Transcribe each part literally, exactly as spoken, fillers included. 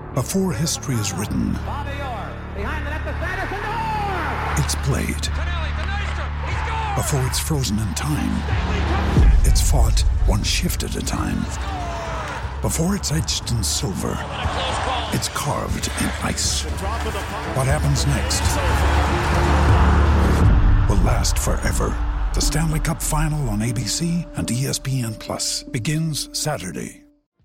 Before history is written, it's played. Before it's frozen in time, it's fought one shift at a time. Before it's etched in silver, it's carved in ice. What happens next will last forever. The Stanley Cup Final on A B C and E S P N Plus begins Saturday.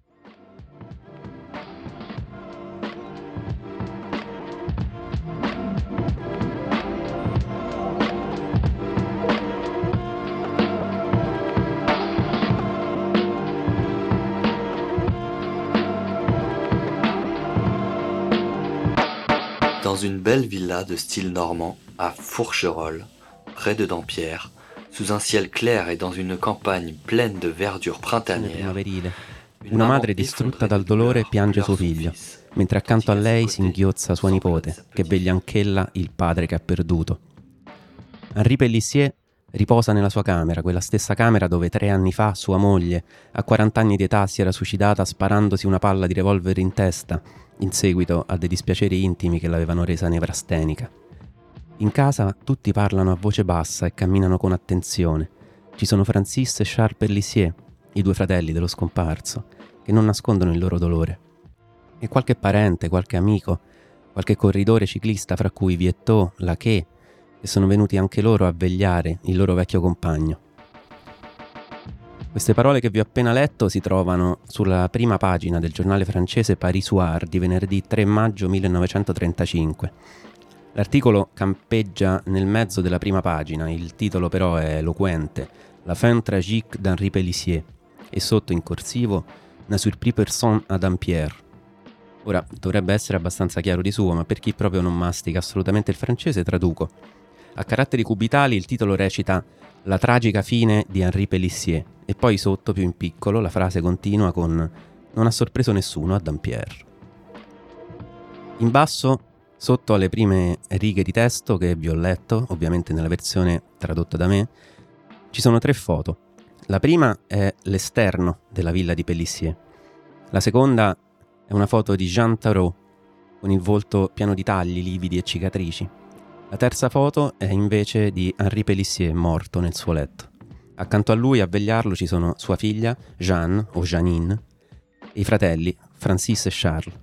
Dans une belle villa de style normand à Fourcherolles, près de Dampierre, sous un ciel clair e dans une campagne pleine de verdure printanière, una madre distrutta dal dolore piange suo figlio, mentre accanto a lei si inghiozza sua nipote, che veglia anch'ella il padre che ha perduto. Henri Pélissier riposa nella sua camera, quella stessa camera dove tre anni fa sua moglie, a quaranta anni di età, si era suicidata sparandosi una palla di revolver in testa, in seguito a dei dispiaceri intimi che l'avevano resa nevrastenica. In casa tutti parlano a voce bassa e camminano con attenzione. Ci sono Francis e Charles Pélissier, i due fratelli dello scomparso, che non nascondono il loro dolore. E qualche parente, qualche amico, qualche corridore ciclista, fra cui Viettot, Laquet, che sono venuti anche loro a vegliare il loro vecchio compagno. Queste parole che vi ho appena letto si trovano sulla prima pagina del giornale francese Paris Soir di venerdì tre maggio millenovecentotrentacinque. L'articolo campeggia nel mezzo della prima pagina, il titolo però è eloquente, La fin tragique d'Henri Pélissier, e sotto in corsivo N'a surpris personne à Dampierre. Ora, dovrebbe essere abbastanza chiaro di suo, ma per chi proprio non mastica assolutamente il francese traduco. A caratteri cubitali il titolo recita La tragica fine di Henri Pélissier, e poi sotto, più in piccolo, la frase continua con Non ha sorpreso nessuno a Dampierre. In basso, sotto alle prime righe di testo che vi ho letto, ovviamente nella versione tradotta da me, ci sono tre foto. La prima è l'esterno della villa di Pélissier. La seconda è una foto di Jean Tarot, con il volto pieno di tagli, lividi e cicatrici. La terza foto è invece di Henri Pélissier, morto nel suo letto. Accanto a lui, a vegliarlo, ci sono sua figlia, Jeanne, o Janine, e i fratelli, Francis e Charles.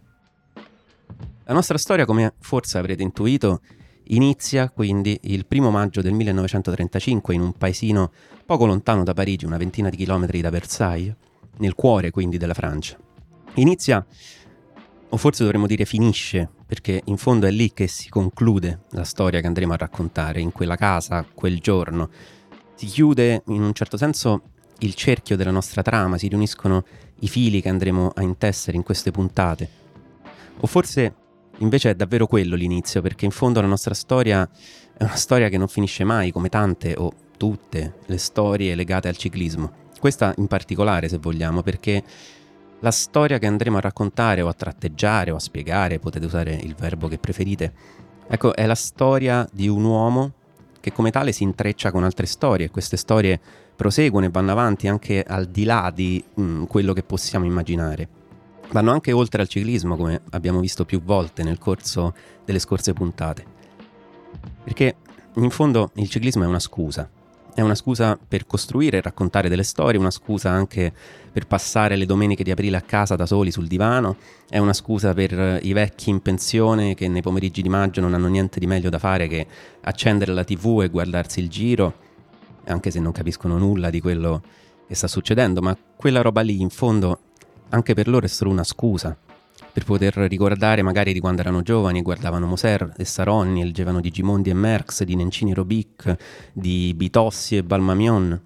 La nostra storia, come forse avrete intuito, inizia quindi il primo maggio del millenovecentotrentacinque in un paesino poco lontano da Parigi, una ventina di chilometri da Versailles, nel cuore quindi della Francia. Inizia, o forse dovremmo dire finisce, perché in fondo è lì che si conclude la storia che andremo a raccontare, in quella casa, quel giorno. Si chiude in un certo senso il cerchio della nostra trama, si riuniscono i fili che andremo a intessere in queste puntate. O forse invece è davvero quello l'inizio, perché in fondo la nostra storia è una storia che non finisce mai, come tante o tutte le storie legate al ciclismo. Questa in particolare, se vogliamo, perché la storia che andremo a raccontare o a tratteggiare o a spiegare, potete usare il verbo che preferite, ecco, è la storia di un uomo che come tale si intreccia con altre storie, e queste storie proseguono e vanno avanti anche al di là di mh, quello che possiamo immaginare. Vanno anche oltre al ciclismo, come abbiamo visto più volte nel corso delle scorse puntate. Perché in fondo il ciclismo è una scusa. È una scusa per costruire e raccontare delle storie, una scusa anche per passare le domeniche di aprile a casa da soli sul divano, è una scusa per i vecchi in pensione che nei pomeriggi di maggio non hanno niente di meglio da fare che accendere la tivù e guardarsi il giro, anche se non capiscono nulla di quello che sta succedendo, ma quella roba lì in fondo anche per loro è solo una scusa per poter ricordare magari di quando erano giovani e guardavano Moser e Saronni e leggevano di Gimondi e Merckx, di Nencini e Robic, di Bitossi e Balmamion.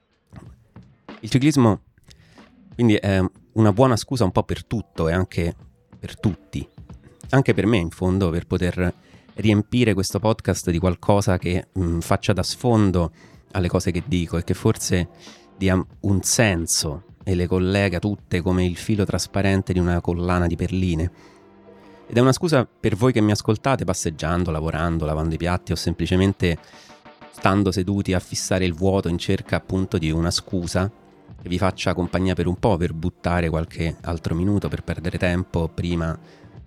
Il ciclismo quindi è una buona scusa un po' per tutto e anche per tutti, anche per me in fondo, per poter riempire questo podcast di qualcosa che mh, faccia da sfondo alle cose che dico e che forse dia un senso e le collega tutte come il filo trasparente di una collana di perline. Ed è una scusa per voi che mi ascoltate passeggiando, lavorando, lavando i piatti o semplicemente stando seduti a fissare il vuoto in cerca appunto di una scusa che vi faccia compagnia per un po', per buttare qualche altro minuto, per perdere tempo prima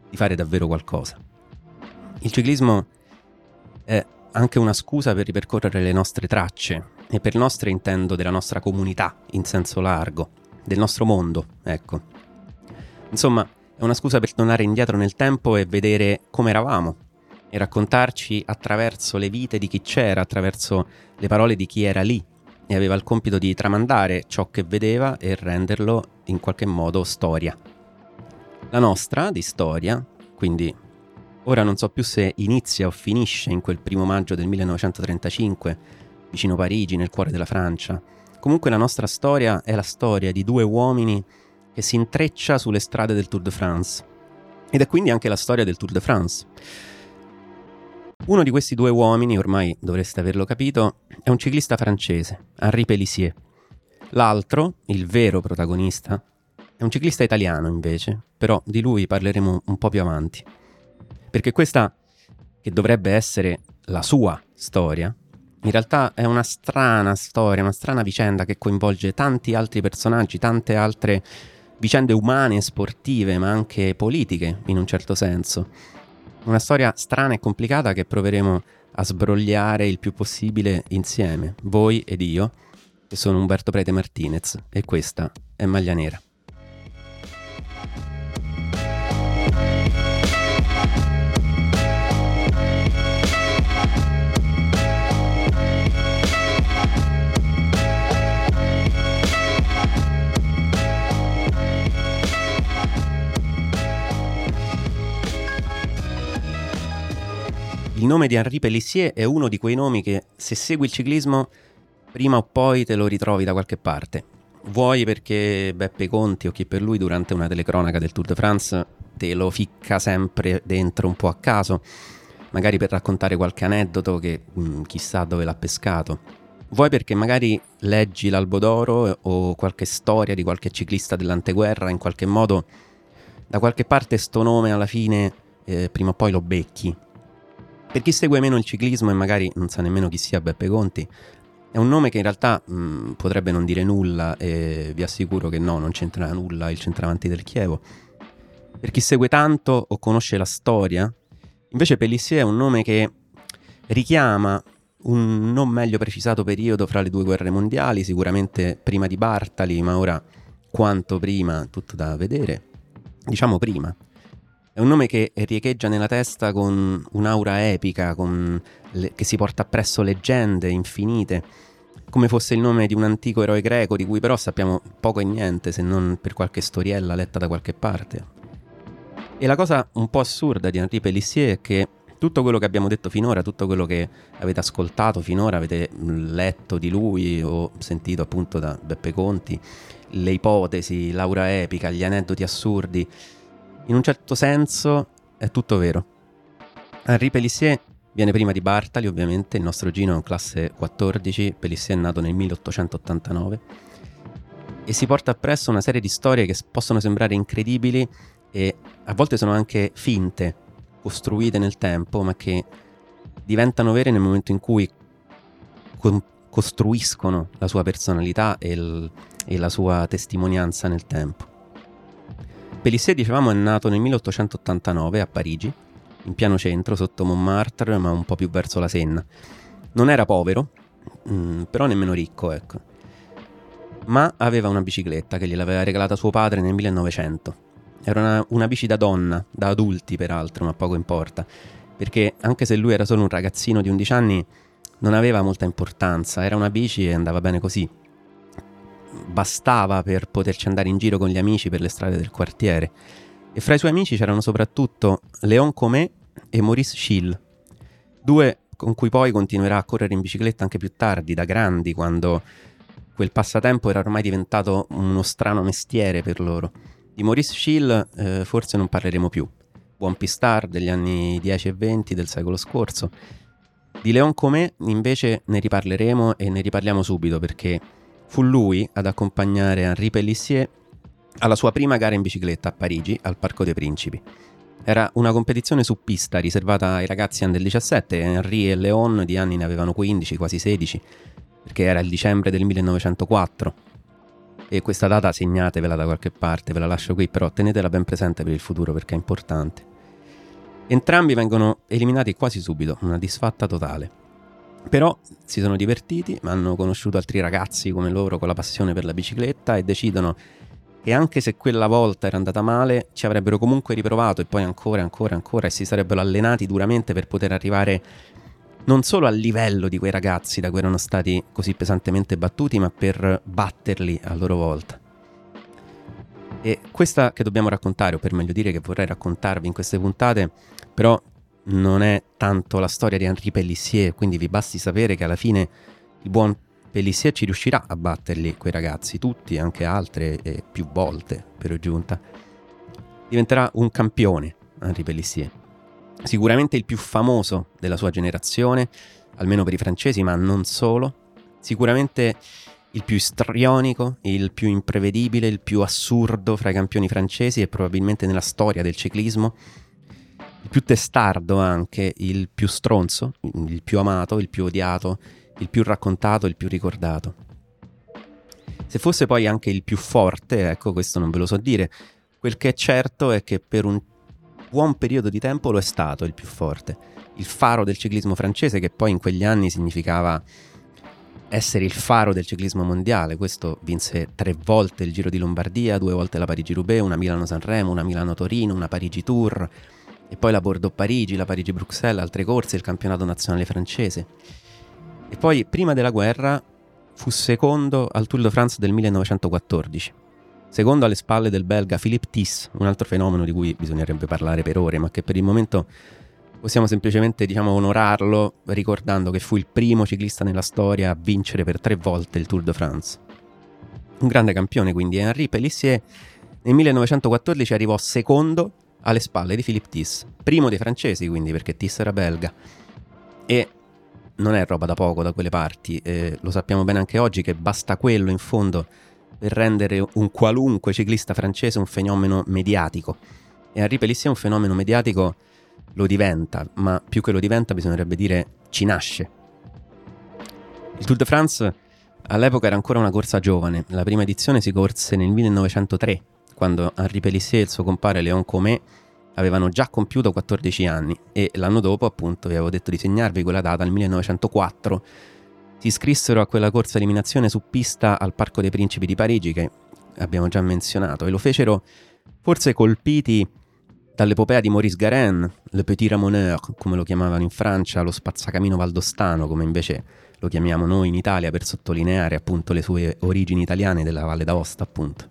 di fare davvero qualcosa. Il ciclismo è anche una scusa per ripercorrere le nostre tracce, e per nostre intendo della nostra comunità in senso largo, del nostro mondo, ecco. Insomma, è una scusa per tornare indietro nel tempo e vedere come eravamo e raccontarci attraverso le vite di chi c'era, attraverso le parole di chi era lì e aveva il compito di tramandare ciò che vedeva e renderlo in qualche modo storia. La nostra di storia, quindi ora non so più se inizia o finisce in quel primo maggio del millenovecentotrentacinque, vicino Parigi, nel cuore della Francia. Comunque la nostra storia è la storia di due uomini che si intreccia sulle strade del Tour de France. Ed è quindi anche la storia del Tour de France. Uno di questi due uomini, ormai dovreste averlo capito, è un ciclista francese, Henri Pélissier. L'altro, il vero protagonista, è un ciclista italiano invece, però di lui parleremo un po' più avanti. Perché questa, che dovrebbe essere la sua storia, in realtà è una strana storia, una strana vicenda che coinvolge tanti altri personaggi, tante altre vicende umane e sportive, ma anche politiche in un certo senso. Una storia strana e complicata che proveremo a sbrogliare il più possibile insieme, voi ed io, che sono Umberto Prete Martinez, e questa è Maglia Nera. Il nome di Henri Pélissier è uno di quei nomi che, se segui il ciclismo, prima o poi te lo ritrovi da qualche parte. Vuoi perché Beppe Conti o chi per lui durante una telecronaca del Tour de France te lo ficca sempre dentro un po' a caso, magari per raccontare qualche aneddoto che mh, chissà dove l'ha pescato. Vuoi perché magari leggi l'Albo d'Oro o qualche storia di qualche ciclista dell'anteguerra, in qualche modo da qualche parte sto nome alla fine eh, prima o poi lo becchi. Per chi segue meno il ciclismo e magari non sa nemmeno chi sia Beppe Conti, è un nome che in realtà mh, potrebbe non dire nulla, e vi assicuro che no, non c'entra nulla il centravanti del Chievo. Per chi segue tanto o conosce la storia, invece Pélissier è un nome che richiama un non meglio precisato periodo fra le due guerre mondiali, sicuramente prima di Bartali, ma ora quanto prima, tutto da vedere, diciamo prima. È un nome che riecheggia nella testa con un'aura epica, con le, che si porta appresso leggende infinite, come fosse il nome di un antico eroe greco di cui però sappiamo poco e niente, se non per qualche storiella letta da qualche parte. E la cosa un po' assurda di Henri Pélissier è che tutto quello che abbiamo detto finora, tutto quello che avete ascoltato finora, avete letto di lui o sentito appunto da Beppe Conti, le ipotesi, l'aura epica, gli aneddoti assurdi, in un certo senso è tutto vero. Henri Pélissier viene prima di Bartali, ovviamente, il nostro Gino è un classe quattordici, Pélissier è nato nel milleottocentottantanove, e si porta appresso una serie di storie che possono sembrare incredibili e a volte sono anche finte, costruite nel tempo, ma che diventano vere nel momento in cui co- costruiscono la sua personalità e, il, e la sua testimonianza nel tempo. Pélissier, dicevamo, è nato nel milleottocentottantanove a Parigi, in piano centro, sotto Montmartre, ma un po' più verso la Senna. Non era povero, mh, però nemmeno ricco, ecco. Ma aveva una bicicletta che gliel'aveva regalata suo padre nel millenovecento. Era una, una bici da donna, da adulti peraltro, ma poco importa, perché anche se lui era solo un ragazzino di undici anni, non aveva molta importanza, era una bici e andava bene così. Bastava per poterci andare in giro con gli amici per le strade del quartiere. E fra i suoi amici c'erano soprattutto Léon Comet e Maurice Schill, due con cui poi continuerà a correre in bicicletta anche più tardi, da grandi, quando quel passatempo era ormai diventato uno strano mestiere per loro. Di Maurice Schill eh, forse non parleremo più, buon pistar degli anni dieci e venti del secolo scorso. Di Léon Comet invece ne riparleremo, e ne riparliamo subito, perché fu lui ad accompagnare Henri Pélissier alla sua prima gara in bicicletta a Parigi, al Parco dei Principi. Era una competizione su pista riservata ai ragazzi under diciassette, e Henri e Léon di anni ne avevano quindici, quasi sedici, perché era il dicembre del millenovecentoquattro. E questa data segnatevela da qualche parte, ve la lascio qui, però tenetela ben presente per il futuro perché è importante. Entrambi vengono eliminati quasi subito, una disfatta totale. Però si sono divertiti, hanno conosciuto altri ragazzi come loro con la passione per la bicicletta e decidono che anche se quella volta era andata male, ci avrebbero comunque riprovato e poi ancora, ancora, ancora e si sarebbero allenati duramente per poter arrivare non solo al livello di quei ragazzi da cui erano stati così pesantemente battuti, ma per batterli a loro volta. E questa che dobbiamo raccontare, o per meglio dire che vorrei raccontarvi in queste puntate, però non è tanto la storia di Henri Pélissier, quindi vi basti sapere che alla fine il buon Pélissier ci riuscirà a batterli quei ragazzi, tutti, anche altre e più volte per giunta. Diventerà un campione Henri Pélissier, sicuramente il più famoso della sua generazione, almeno per i francesi, ma non solo, sicuramente il più istrionico, il più imprevedibile, il più assurdo fra i campioni francesi e probabilmente nella storia del ciclismo, il più testardo anche, il più stronzo, il più amato, il più odiato, il più raccontato, il più ricordato. Se fosse poi anche il più forte, ecco, questo non ve lo so dire. Quel che è certo è che per un buon periodo di tempo lo è stato il più forte, il faro del ciclismo francese, che poi in quegli anni significava essere il faro del ciclismo mondiale. Questo vinse tre volte il Giro di Lombardia, due volte la Parigi-Roubaix, una Milano-Sanremo, una Milano-Torino, una Parigi-Tour e poi la Bordeaux-Parigi, la Parigi-Bruxelles, altre corse, il campionato nazionale francese. E poi prima della guerra fu secondo al Tour de France del millenovecentoquattordici, secondo alle spalle del belga Philippe Thys, un altro fenomeno di cui bisognerebbe parlare per ore, ma che per il momento possiamo semplicemente, diciamo, onorarlo ricordando che fu il primo ciclista nella storia a vincere per tre volte il Tour de France. Un grande campione, quindi. Henri Pélissier nel millenovecentoquattordici arrivò secondo alle spalle di Philippe Thys, primo dei francesi, quindi, perché Thys era belga. E non è roba da poco da quelle parti, eh, lo sappiamo bene anche oggi che basta quello in fondo per rendere un qualunque ciclista francese un fenomeno mediatico. E Henri Pélissier è un fenomeno mediatico, lo diventa, ma più che lo diventa bisognerebbe dire ci nasce. Il Tour de France all'epoca era ancora una corsa giovane, la prima edizione si corse nel millenovecentotre, quando Henri Pélissier e il suo compare Léon Comet avevano già compiuto quattordici anni e l'anno dopo, appunto, vi avevo detto di segnarvi quella data, nel millenovecentoquattro, si iscrissero a quella corsa eliminazione su pista al Parco dei Principi di Parigi che abbiamo già menzionato, e lo fecero forse colpiti dall'epopea di Maurice Garin, le Petit Ramoneur, come lo chiamavano in Francia, lo spazzacamino valdostano, come invece lo chiamiamo noi in Italia per sottolineare appunto le sue origini italiane della Valle d'Aosta, appunto.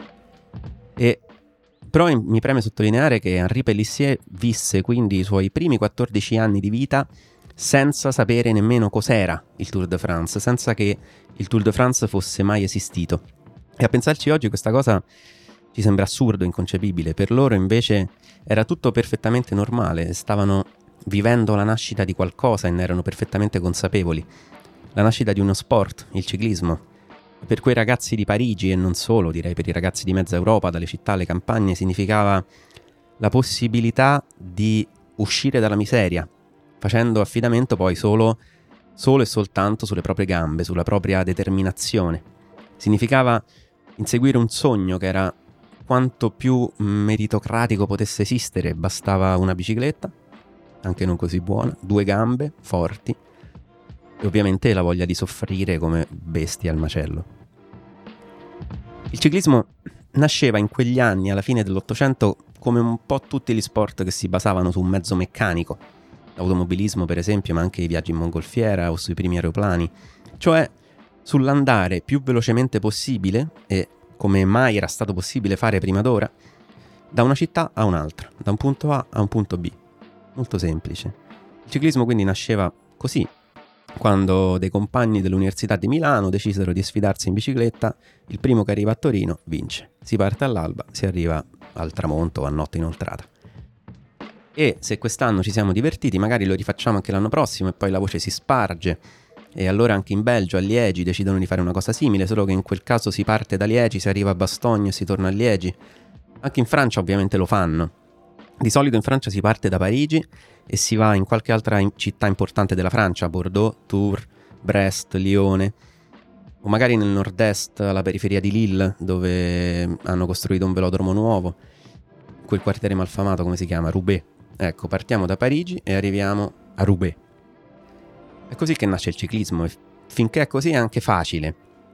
E però mi preme sottolineare che Henri Pélissier visse quindi i suoi primi quattordici anni di vita senza sapere nemmeno cos'era il Tour de France, senza che il Tour de France fosse mai esistito. E a pensarci oggi questa cosa ci sembra assurdo, inconcepibile. Per loro invece era tutto perfettamente normale, stavano vivendo la nascita di qualcosa e ne erano perfettamente consapevoli. La nascita di uno sport, il ciclismo. Per quei ragazzi di Parigi, e non solo, direi per i ragazzi di mezza Europa, dalle città alle campagne, significava la possibilità di uscire dalla miseria, facendo affidamento poi solo, solo e soltanto sulle proprie gambe, sulla propria determinazione. Significava inseguire un sogno che era quanto più meritocratico potesse esistere. Bastava una bicicletta, anche non così buona, due gambe forti e ovviamente la voglia di soffrire come bestie al macello. Il ciclismo nasceva in quegli anni, alla fine dell'Ottocento, come un po' tutti gli sport che si basavano su un mezzo meccanico, l'automobilismo per esempio, ma anche i viaggi in mongolfiera o sui primi aeroplani, cioè sull'andare più velocemente possibile, e come mai era stato possibile fare prima d'ora, da una città a un'altra, da un punto A a un punto B. Molto semplice. Il ciclismo quindi nasceva così, quando dei compagni dell'Università di Milano decisero di sfidarsi in bicicletta. Il primo che arriva a Torino vince. Si parte all'alba, si arriva al tramonto o a notte inoltrata. E se quest'anno ci siamo divertiti, magari lo rifacciamo anche l'anno prossimo e poi la voce si sparge. E allora anche in Belgio, a Liegi, decidono di fare una cosa simile, solo che in quel caso si parte da Liegi, si arriva a Bastogne e si torna a Liegi. Anche in Francia ovviamente lo fanno. Di solito in Francia si parte da Parigi e si va in qualche altra in- città importante della Francia, Bordeaux, Tours, Brest, Lione, o magari nel nord-est, alla periferia di Lille, dove hanno costruito un velodromo nuovo, quel quartiere malfamato, come si chiama? Roubaix. Ecco, partiamo da Parigi e arriviamo a Roubaix. È così che nasce il ciclismo e finché è così è anche facile.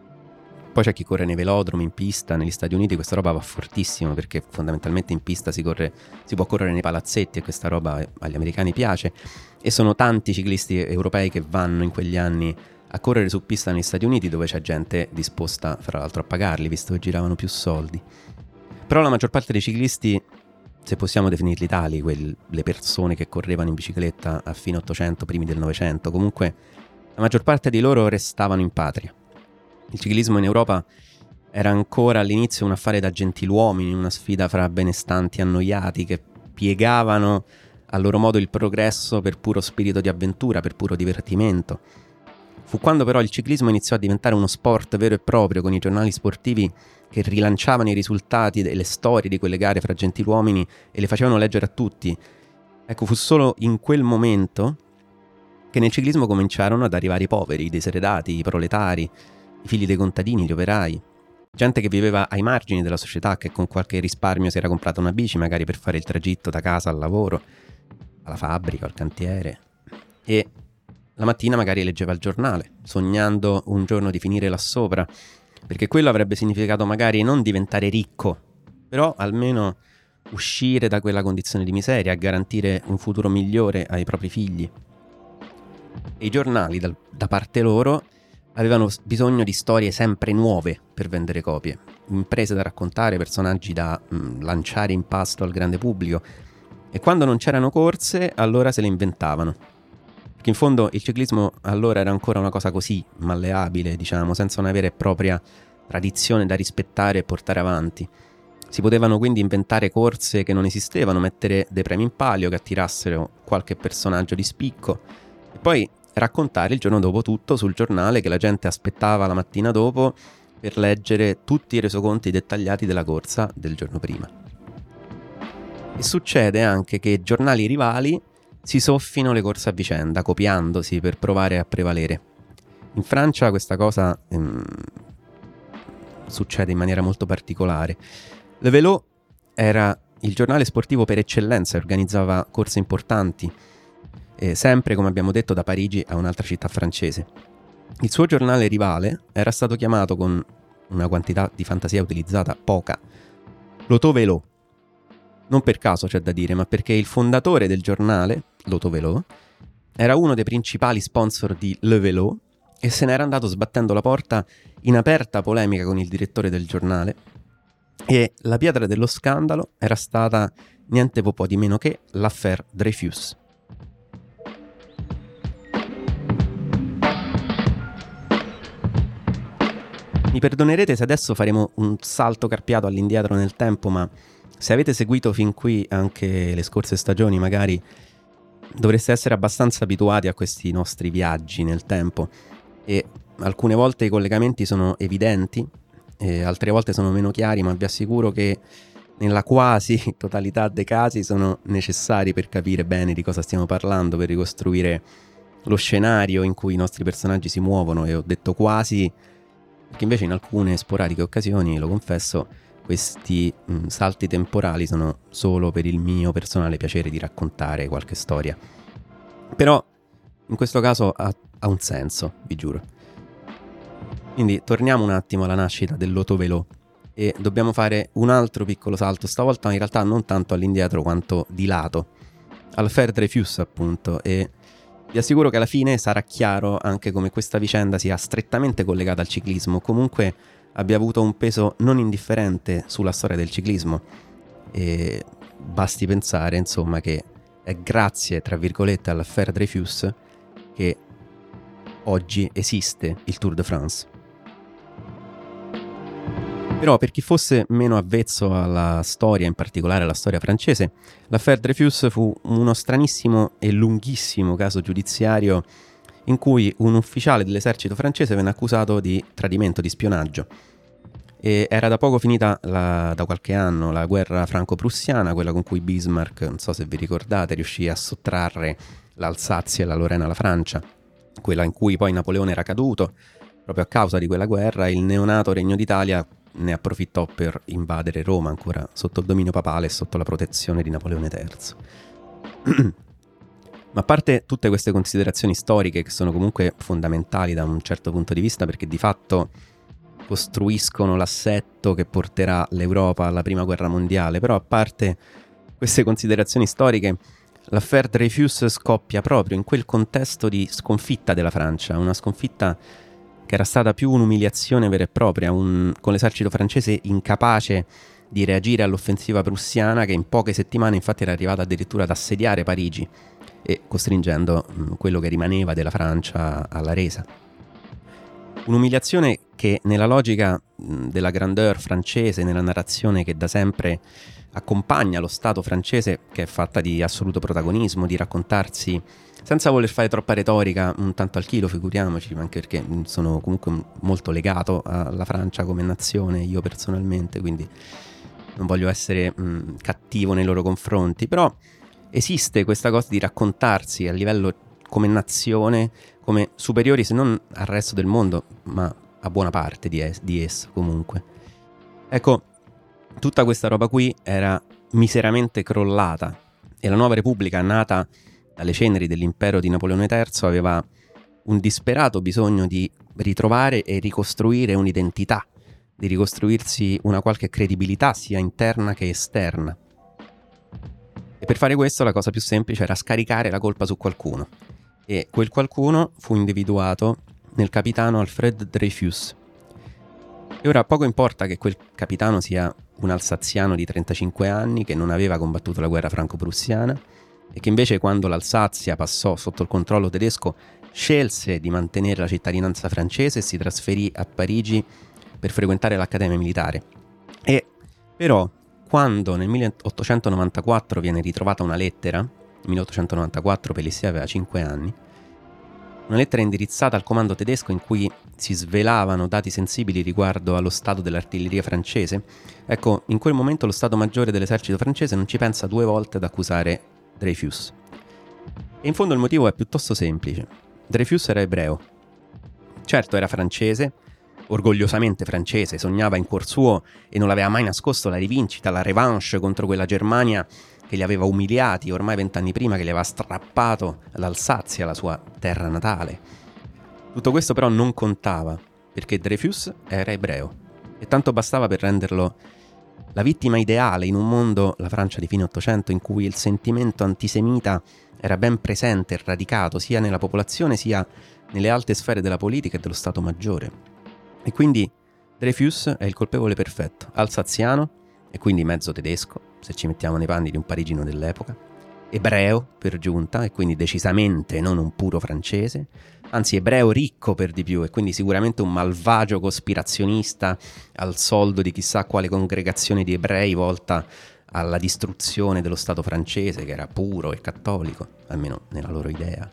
Poi c'è chi corre nei velodromi, in pista, negli Stati Uniti questa roba va fortissimo perché fondamentalmente in pista si corre, si può correre nei palazzetti e questa roba agli americani piace, e sono tanti i ciclisti europei che vanno in quegli anni a correre su pista negli Stati Uniti, dove c'è gente disposta fra l'altro a pagarli visto che giravano più soldi. Però la maggior parte dei ciclisti, se possiamo definirli tali, quelle persone che correvano in bicicletta a fine Ottocento, primi del Novecento, comunque la maggior parte di loro restavano in patria. Il ciclismo in Europa era ancora all'inizio un affare da gentiluomini, una sfida fra benestanti annoiati che piegavano a loro modo il progresso per puro spirito di avventura, per puro divertimento. Fu quando però il ciclismo iniziò a diventare uno sport vero e proprio, con i giornali sportivi che rilanciavano i risultati e le storie di quelle gare fra gentiluomini e le facevano leggere a tutti. Ecco, fu solo in quel momento che nel ciclismo cominciarono ad arrivare i poveri, i diseredati, i proletari, i figli dei contadini, gli operai, gente che viveva ai margini della società, che con qualche risparmio si era comprata una bici, magari per fare il tragitto da casa al lavoro, alla fabbrica, al cantiere, e la mattina magari leggeva il giornale, sognando un giorno di finire là sopra, perché quello avrebbe significato magari non diventare ricco, però almeno uscire da quella condizione di miseria, garantire un futuro migliore ai propri figli. E i giornali, dal, da parte loro, avevano bisogno di storie sempre nuove per vendere copie, imprese da raccontare, personaggi da mh, lanciare in pasto al grande pubblico, e quando non c'erano corse allora se le inventavano, perché in fondo il ciclismo allora era ancora una cosa così malleabile, diciamo, senza una vera e propria tradizione da rispettare e portare avanti. Si potevano quindi inventare corse che non esistevano, mettere dei premi in palio che attirassero qualche personaggio di spicco e poi raccontare il giorno dopo tutto sul giornale che la gente aspettava la mattina dopo per leggere tutti i resoconti dettagliati della corsa del giorno prima. E succede anche che giornali rivali si soffino le corse a vicenda, copiandosi per provare a prevalere. In Francia questa cosa ehm, succede in maniera molto particolare. Le Vélo era il giornale sportivo per eccellenza e organizzava corse importanti, Eh, sempre, come abbiamo detto, da Parigi a un'altra città francese. Il suo giornale rivale era stato chiamato, con una quantità di fantasia utilizzata poca, l'Auto-Vélo. Non per caso, c'è da dire, ma perché il fondatore del giornale, l'Auto-Vélo, era uno dei principali sponsor di Le Vélo e se n'era andato sbattendo la porta in aperta polemica con il direttore del giornale, e la pietra dello scandalo era stata niente po' di meno che l'affaire Dreyfus. Mi perdonerete se adesso faremo un salto carpiato all'indietro nel tempo, ma se avete seguito fin qui anche le scorse stagioni, magari dovreste essere abbastanza abituati a questi nostri viaggi nel tempo, e alcune volte i collegamenti sono evidenti e altre volte sono meno chiari, ma vi assicuro che nella quasi totalità dei casi sono necessari per capire bene di cosa stiamo parlando, per ricostruire lo scenario in cui i nostri personaggi si muovono. E ho detto quasi perché invece in alcune sporadiche occasioni, lo confesso, questi mh, salti temporali sono solo per il mio personale piacere di raccontare qualche storia. Però in questo caso ha, ha un senso, vi giuro. Quindi torniamo un attimo alla nascita dell'Auto-Vélo e dobbiamo fare un altro piccolo salto, stavolta in realtà non tanto all'indietro quanto di lato, all'affaire Dreyfus appunto, e vi assicuro che alla fine sarà chiaro anche come questa vicenda sia strettamente collegata al ciclismo, comunque abbia avuto un peso non indifferente sulla storia del ciclismo, e basti pensare insomma che è grazie, tra virgolette, all'affaire Dreyfus che oggi esiste il Tour de France. Però per chi fosse meno avvezzo alla storia, in particolare alla storia francese, l'affaire Dreyfus fu uno stranissimo e lunghissimo caso giudiziario in cui un ufficiale dell'esercito francese venne accusato di tradimento, di spionaggio. E era da poco finita, la, da qualche anno, la guerra franco-prussiana, quella con cui Bismarck, non so se vi ricordate, riuscì a sottrarre l'Alsazia e la Lorena alla Francia, quella in cui poi Napoleone era caduto. Proprio a causa di quella guerra il neonato Regno d'Italia ne approfittò per invadere Roma, ancora sotto il dominio papale e sotto la protezione di Napoleone terzo. Ma a parte tutte queste considerazioni storiche che sono comunque fondamentali da un certo punto di vista, perché di fatto costruiscono l'assetto che porterà l'Europa alla prima guerra mondiale, però a parte queste considerazioni storiche, l'affaire Dreyfus scoppia proprio in quel contesto di sconfitta della Francia, una sconfitta che era stata più un'umiliazione vera e propria, un, con l'esercito francese incapace di reagire all'offensiva prussiana, che in poche settimane infatti era arrivata addirittura ad assediare Parigi e costringendo mh, quello che rimaneva della Francia alla resa. Un'umiliazione che nella logica mh, della grandeur francese, nella narrazione che da sempre accompagna lo Stato francese, che è fatta di assoluto protagonismo, di raccontarsi senza voler fare troppa retorica, un tanto al chilo, figuriamoci, anche perché sono comunque molto legato alla Francia come nazione, io personalmente, quindi non voglio essere mh, cattivo nei loro confronti, però esiste questa cosa di raccontarsi a livello come nazione, come superiori se non al resto del mondo, ma a buona parte di, es- di esso comunque. Ecco, tutta questa roba qui era miseramente crollata e la nuova Repubblica, nata dalle ceneri dell'impero di Napoleone terzo, aveva un disperato bisogno di ritrovare e ricostruire un'identità, di ricostruirsi una qualche credibilità sia interna che esterna. E per fare questo la cosa più semplice era scaricare la colpa su qualcuno. E quel qualcuno fu individuato nel capitano Alfred Dreyfus. E ora poco importa che quel capitano sia un alsaziano di trentacinque anni che non aveva combattuto la guerra franco-prussiana e che invece, quando l'Alsazia passò sotto il controllo tedesco, scelse di mantenere la cittadinanza francese e si trasferì a Parigi per frequentare l'Accademia Militare. E però, quando nel milleottocentonovantaquattro viene ritrovata una lettera, nel milleottocentonovantaquattro Pélissier aveva cinque anni, una lettera indirizzata al comando tedesco in cui si svelavano dati sensibili riguardo allo stato dell'artiglieria francese, ecco, in quel momento lo Stato Maggiore dell'esercito francese non ci pensa due volte ad accusare Dreyfus. E in fondo il motivo è piuttosto semplice. Dreyfus era ebreo. Certo, era francese, orgogliosamente francese, sognava in cuor suo e non aveva mai nascosto la rivincita, la revanche contro quella Germania che li aveva umiliati ormai vent'anni prima, che li aveva strappato l'Alsazia, la sua terra natale. Tutto questo però non contava, perché Dreyfus era ebreo e tanto bastava per renderlo la vittima ideale in un mondo, la Francia di fine Ottocento, in cui il sentimento antisemita era ben presente e radicato sia nella popolazione sia nelle alte sfere della politica e dello Stato Maggiore. E quindi Dreyfus è il colpevole perfetto, alsaziano e quindi mezzo tedesco, se ci mettiamo nei panni di un parigino dell'epoca, ebreo per giunta e quindi decisamente non un puro francese, anzi ebreo ricco per di più e quindi sicuramente un malvagio cospirazionista al soldo di chissà quale congregazione di ebrei volta alla distruzione dello Stato francese, che era puro e cattolico, almeno nella loro idea.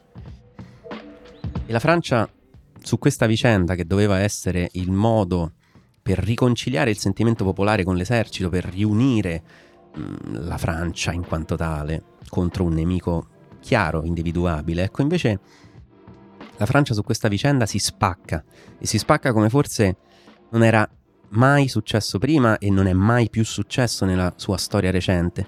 E la Francia, su questa vicenda che doveva essere il modo per riconciliare il sentimento popolare con l'esercito, per riunire mh, la Francia in quanto tale contro un nemico chiaro, individuabile, ecco, invece la Francia su questa vicenda si spacca, e si spacca come forse non era mai successo prima e non è mai più successo nella sua storia recente.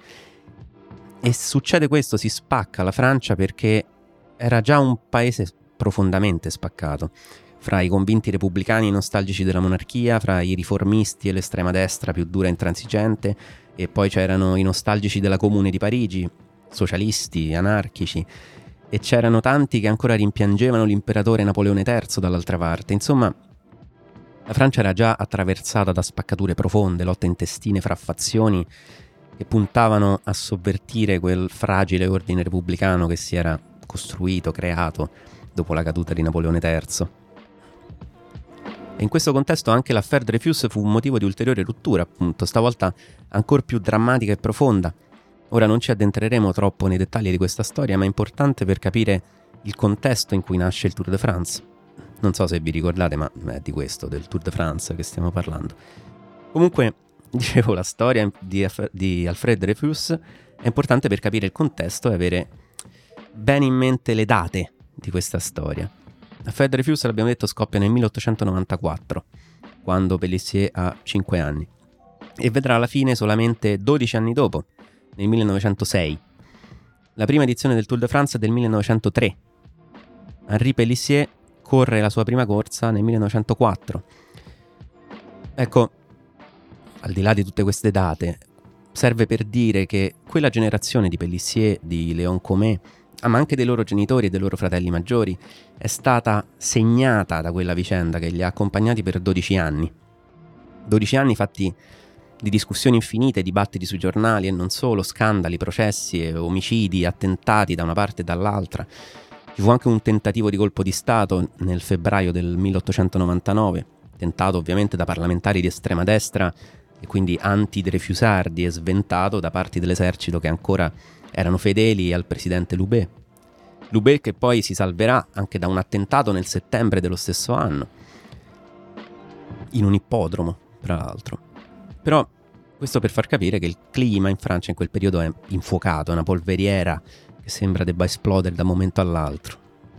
E succede questo, si spacca la Francia perché era già un paese profondamente spaccato, fra i convinti repubblicani nostalgici della monarchia, fra i riformisti e l'estrema destra più dura e intransigente, e poi c'erano i nostalgici della Comune di Parigi, socialisti, anarchici, e c'erano tanti che ancora rimpiangevano l'imperatore Napoleone terzo dall'altra parte. Insomma, la Francia era già attraversata da spaccature profonde, lotte intestine fra fazioni che puntavano a sovvertire quel fragile ordine repubblicano che si era costruito, creato dopo la caduta di Napoleone terzo. E in questo contesto anche l'affaire Dreyfus fu un motivo di ulteriore ruttura, appunto, stavolta ancora più drammatica e profonda. Ora non ci addentreremo troppo nei dettagli di questa storia, ma è importante per capire il contesto in cui nasce il Tour de France. Non so se vi ricordate, ma è di questo, del Tour de France che stiamo parlando. Comunque, dicevo, la storia di, di Alfred Dreyfus è importante per capire il contesto e avere bene in mente le date di questa storia. L'affaire Dreyfus, l'abbiamo detto, scoppia nel milleottocentonovantaquattro, quando Pélissier ha cinque anni, e vedrà la fine solamente dodici anni dopo, nel millenovecentosei. La prima edizione del Tour de France è del millenovecentotre. Henri Pélissier corre la sua prima corsa nel millenovecentoquattro. Ecco, al di là di tutte queste date, serve per dire che quella generazione di Pélissier, di Léon Comet, ma anche dei loro genitori e dei loro fratelli maggiori, è stata segnata da quella vicenda che li ha accompagnati per dodici anni. dodici anni fatti di discussioni infinite, dibattiti sui giornali e non solo, scandali, processi, omicidi, attentati da una parte e dall'altra. Ci fu anche un tentativo di colpo di Stato nel febbraio del milleottocentonovantanove, tentato ovviamente da parlamentari di estrema destra e quindi anti-dreyfusardi, e sventato da parti dell'esercito che ancora erano fedeli al presidente Loubet. Loubet che poi si salverà anche da un attentato nel settembre dello stesso anno, in un ippodromo, tra l'altro. Però questo per far capire che il clima in Francia in quel periodo è infuocato, è una polveriera che sembra debba esplodere da un momento all'altro.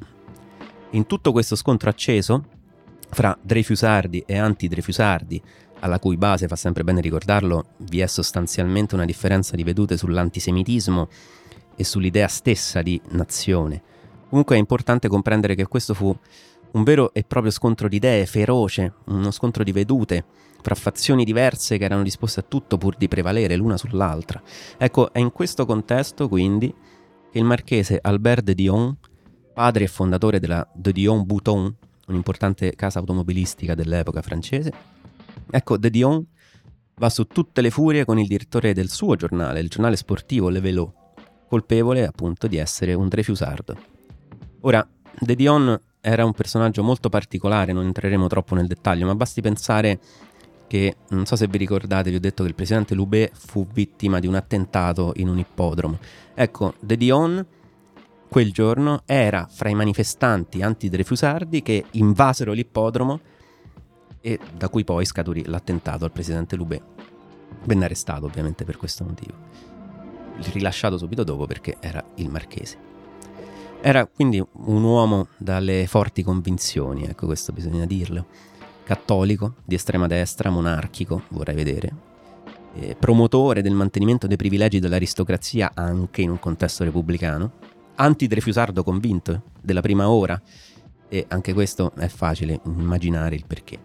In tutto questo scontro acceso fra dreyfusardi e anti-dreyfusardi, alla cui base, fa sempre bene ricordarlo, vi è sostanzialmente una differenza di vedute sull'antisemitismo e sull'idea stessa di nazione. Comunque è importante comprendere che questo fu un vero e proprio scontro di idee, feroce, uno scontro di vedute, fra fazioni diverse che erano disposte a tutto pur di prevalere l'una sull'altra. Ecco, è in questo contesto, quindi, che il marchese Albert de Dion, padre e fondatore della De Dion Bouton, un'importante casa automobilistica dell'epoca francese, ecco, de Dion va su tutte le furie con il direttore del suo giornale, il giornale sportivo Le Vélo, colpevole appunto di essere un dreyfusardo. Ora, de Dion era un personaggio molto particolare, non entreremo troppo nel dettaglio, ma basti pensare che, non so se vi ricordate, vi ho detto che il presidente Loubet fu vittima di un attentato in un ippodromo. Ecco, de Dion quel giorno era fra i manifestanti anti-dreyfusardi che invasero l'ippodromo e da cui poi scaturì l'attentato al presidente Loubet. Venne arrestato ovviamente per questo motivo, rilasciato subito dopo perché era il marchese. Era quindi un uomo dalle forti convinzioni, ecco, questo bisogna dirlo. Cattolico, di estrema destra, monarchico, vorrei vedere, eh, promotore del mantenimento dei privilegi dell'aristocrazia anche in un contesto repubblicano, anti-dreyfusardo convinto della prima ora, e anche questo è facile immaginare il perché.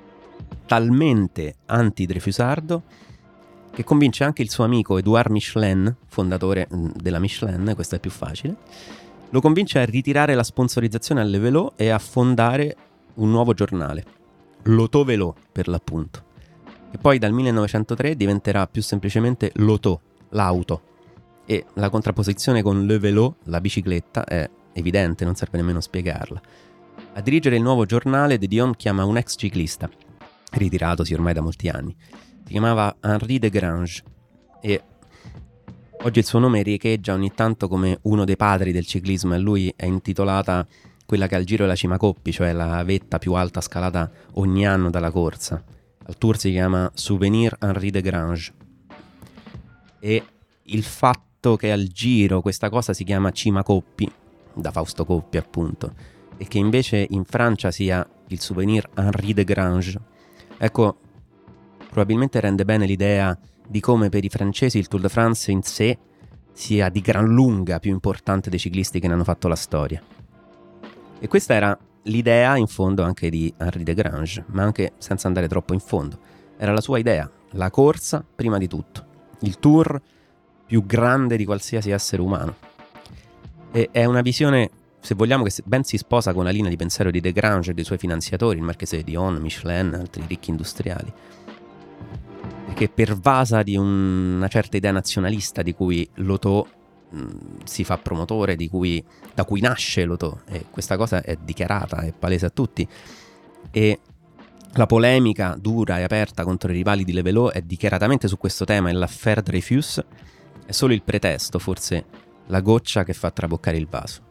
Talmente anti-dreyfusardo che convince anche il suo amico Édouard Michelin, fondatore della Michelin, questo è più facile, lo convince a ritirare la sponsorizzazione alle Vélo e a fondare un nuovo giornale, L'Auto Vélo per l'appunto, che poi dal millenovecentotre diventerà più semplicemente l'auto, l'auto, e la contrapposizione con le vélo, la bicicletta, è evidente, non serve nemmeno spiegarla. A dirigere il nuovo giornale de Dion chiama un ex ciclista, ritiratosi ormai da molti anni. Si chiamava Henri Desgranges e oggi il suo nome riecheggia ogni tanto come uno dei padri del ciclismo, e a lui è intitolata quella che al Giro della Cima Coppi, cioè la vetta più alta scalata ogni anno dalla corsa. Al Tour si chiama Souvenir Henri Desgranges. E il fatto che al Giro questa cosa si chiama Cima Coppi, da Fausto Coppi appunto, e che invece in Francia sia il Souvenir Henri Desgranges, ecco, probabilmente rende bene l'idea di come per i francesi il Tour de France in sé sia di gran lunga più importante dei ciclisti che ne hanno fatto la storia. E questa era l'idea in fondo anche di Henri Desgranges, ma anche senza andare troppo in fondo. Era la sua idea, la corsa prima di tutto, il Tour più grande di qualsiasi essere umano. E è una visione, se vogliamo, che ben si sposa con la linea di pensiero di Desgranges e dei suoi finanziatori, il marchese de Dion, Michelin, altri ricchi industriali, che è pervasa di un, una certa idea nazionalista di cui l'auto mh, si fa promotore, di cui, da cui nasce l'auto, e questa cosa è dichiarata, è palese a tutti, e la polemica dura e aperta contro i rivali di Le Vélo è dichiaratamente su questo tema, e l'affaire Dreyfus è solo il pretesto, forse la goccia che fa traboccare il vaso.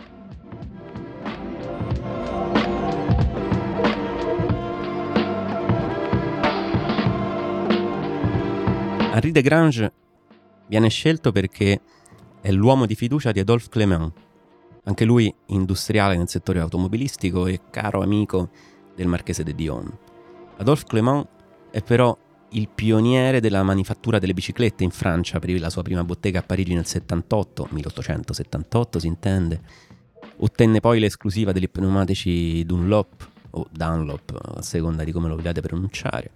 Henri Desgranges viene scelto perché è l'uomo di fiducia di Adolphe Clément, anche lui industriale nel settore automobilistico e caro amico del marchese de Dion. Adolphe Clément è però il pioniere della manifattura delle biciclette in Francia, aprì la sua prima bottega a Parigi nel settantotto, milleottocentosettantotto si intende. Ottenne poi l'esclusiva degli pneumatici Dunlop o Dunlop, a seconda di come lo vogliate pronunciare.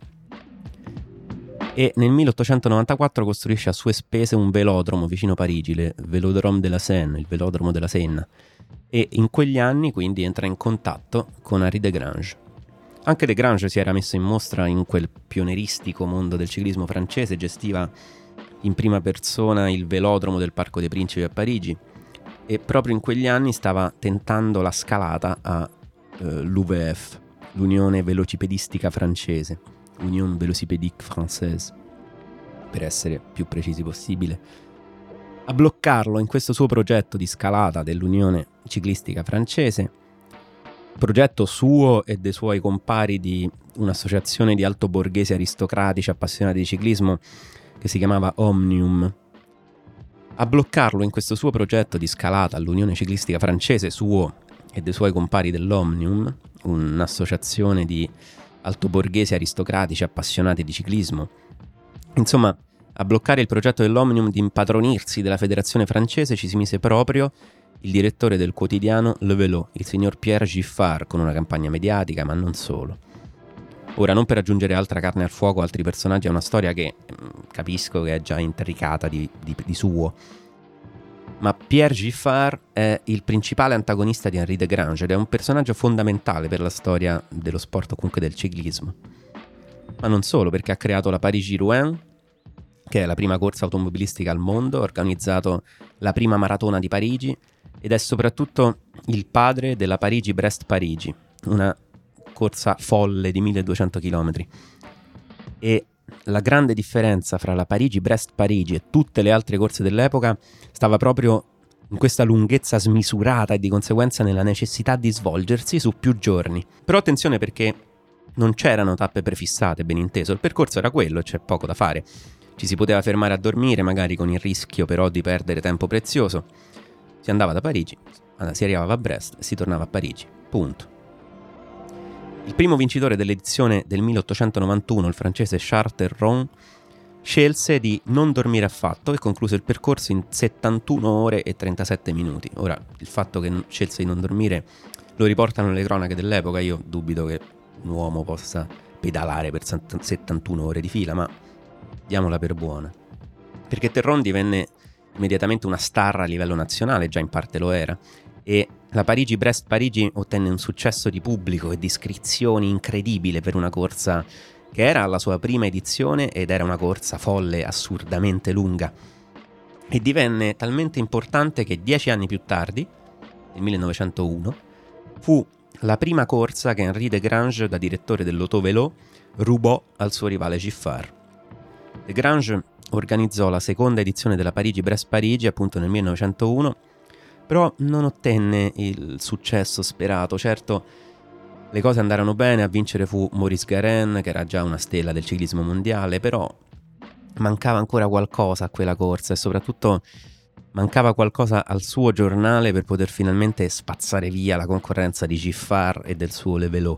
E nel milleottocentonovantaquattro costruisce a sue spese un velodromo vicino Parigi, il Vélodrome de la Seine, il velodromo della Senna. E in quegli anni quindi entra in contatto con Henri Desgrange. Anche Desgrange si era messo in mostra in quel pionieristico mondo del ciclismo francese, gestiva in prima persona il velodromo del Parco dei Principi a Parigi e proprio in quegli anni stava tentando la scalata a eh, l'U V F, l'Unione Velocipedistica Francese, Union Vélocipédique Française, per essere più precisi possibile. A bloccarlo in questo suo progetto di scalata dell'Unione Ciclistica Francese, progetto suo e dei suoi compari di un'associazione di altoborghesi aristocratici appassionati di ciclismo che si chiamava Omnium. A bloccarlo in questo suo progetto di scalata all'Unione Ciclistica Francese, suo e dei suoi compari dell'Omnium, un'associazione di altoborghesi aristocratici appassionati di ciclismo, insomma, a bloccare il progetto dell'Omnium di impadronirsi della federazione francese ci si mise proprio il direttore del quotidiano Le Vélo, il signor Pierre Giffard, con una campagna mediatica, ma non solo. Ora, non per aggiungere altra carne al fuoco, altri personaggi a una storia che mh, capisco che è già intricata di, di, di suo, ma Pierre Giffard è il principale antagonista di Henri Desgrange ed è un personaggio fondamentale per la storia dello sport o comunque del ciclismo. Ma non solo, perché ha creato la Parigi-Rouen, che è la prima corsa automobilistica al mondo, ha organizzato la prima maratona di Parigi ed è soprattutto il padre della Parigi-Brest-Parigi, una corsa folle di milleduecento chilometri. E la grande differenza fra la Parigi-Brest-Parigi e tutte le altre corse dell'epoca stava proprio in questa lunghezza smisurata e di conseguenza nella necessità di svolgersi su più giorni. Però attenzione, perché non c'erano tappe prefissate, ben inteso, il percorso era quello e c'è poco da fare. Ci si poteva fermare a dormire, magari con il rischio però di perdere tempo prezioso. Si andava da Parigi, si arrivava a Brest e si tornava a Parigi. Punto. Il primo vincitore dell'edizione del milleottocentonovantuno, il francese Charles Terron, scelse di non dormire affatto e concluse il percorso in settantuno ore e trentasette minuti. Ora, il fatto che scelse di non dormire lo riportano le cronache dell'epoca, io dubito che un uomo possa pedalare per settantuno ore di fila, ma diamola per buona. Perché Terron divenne immediatamente una star a livello nazionale, già in parte lo era, e la Parigi-Brest-Parigi ottenne un successo di pubblico e di iscrizioni incredibile per una corsa che era alla sua prima edizione ed era una corsa folle, assurdamente lunga, e divenne talmente importante che dieci anni più tardi, nel millenovecentouno, fu la prima corsa che Henri Desgrange, da direttore dell'Autovelo, rubò al suo rivale Giffard. Desgrange organizzò la seconda edizione della Parigi-Brest-Parigi appunto nel millenovecentouno, però non ottenne il successo sperato. Certo, le cose andarono bene, a vincere fu Maurice Garin, che era già una stella del ciclismo mondiale, però mancava ancora qualcosa a quella corsa e soprattutto mancava qualcosa al suo giornale per poter finalmente spazzare via la concorrenza di Giffard e del suo Le Vélo.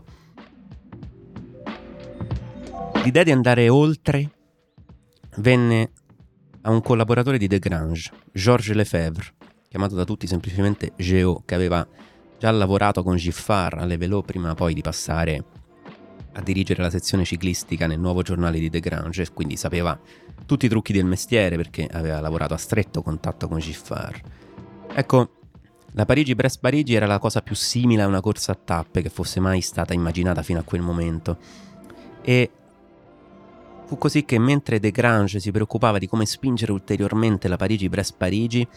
L'idea di andare oltre venne a un collaboratore di Desgrange, Georges Lefebvre, chiamato da tutti semplicemente Géo, che aveva già lavorato con Giffard alle Vélo prima poi di passare a dirigere la sezione ciclistica nel nuovo giornale di Desgrange, e quindi sapeva tutti i trucchi del mestiere perché aveva lavorato a stretto contatto con Giffard. Ecco, la Parigi-Brest-Parigi era la cosa più simile a una corsa a tappe che fosse mai stata immaginata fino a quel momento, e fu così che mentre Desgrange si preoccupava di come spingere ulteriormente la Parigi-Brest-Parigi,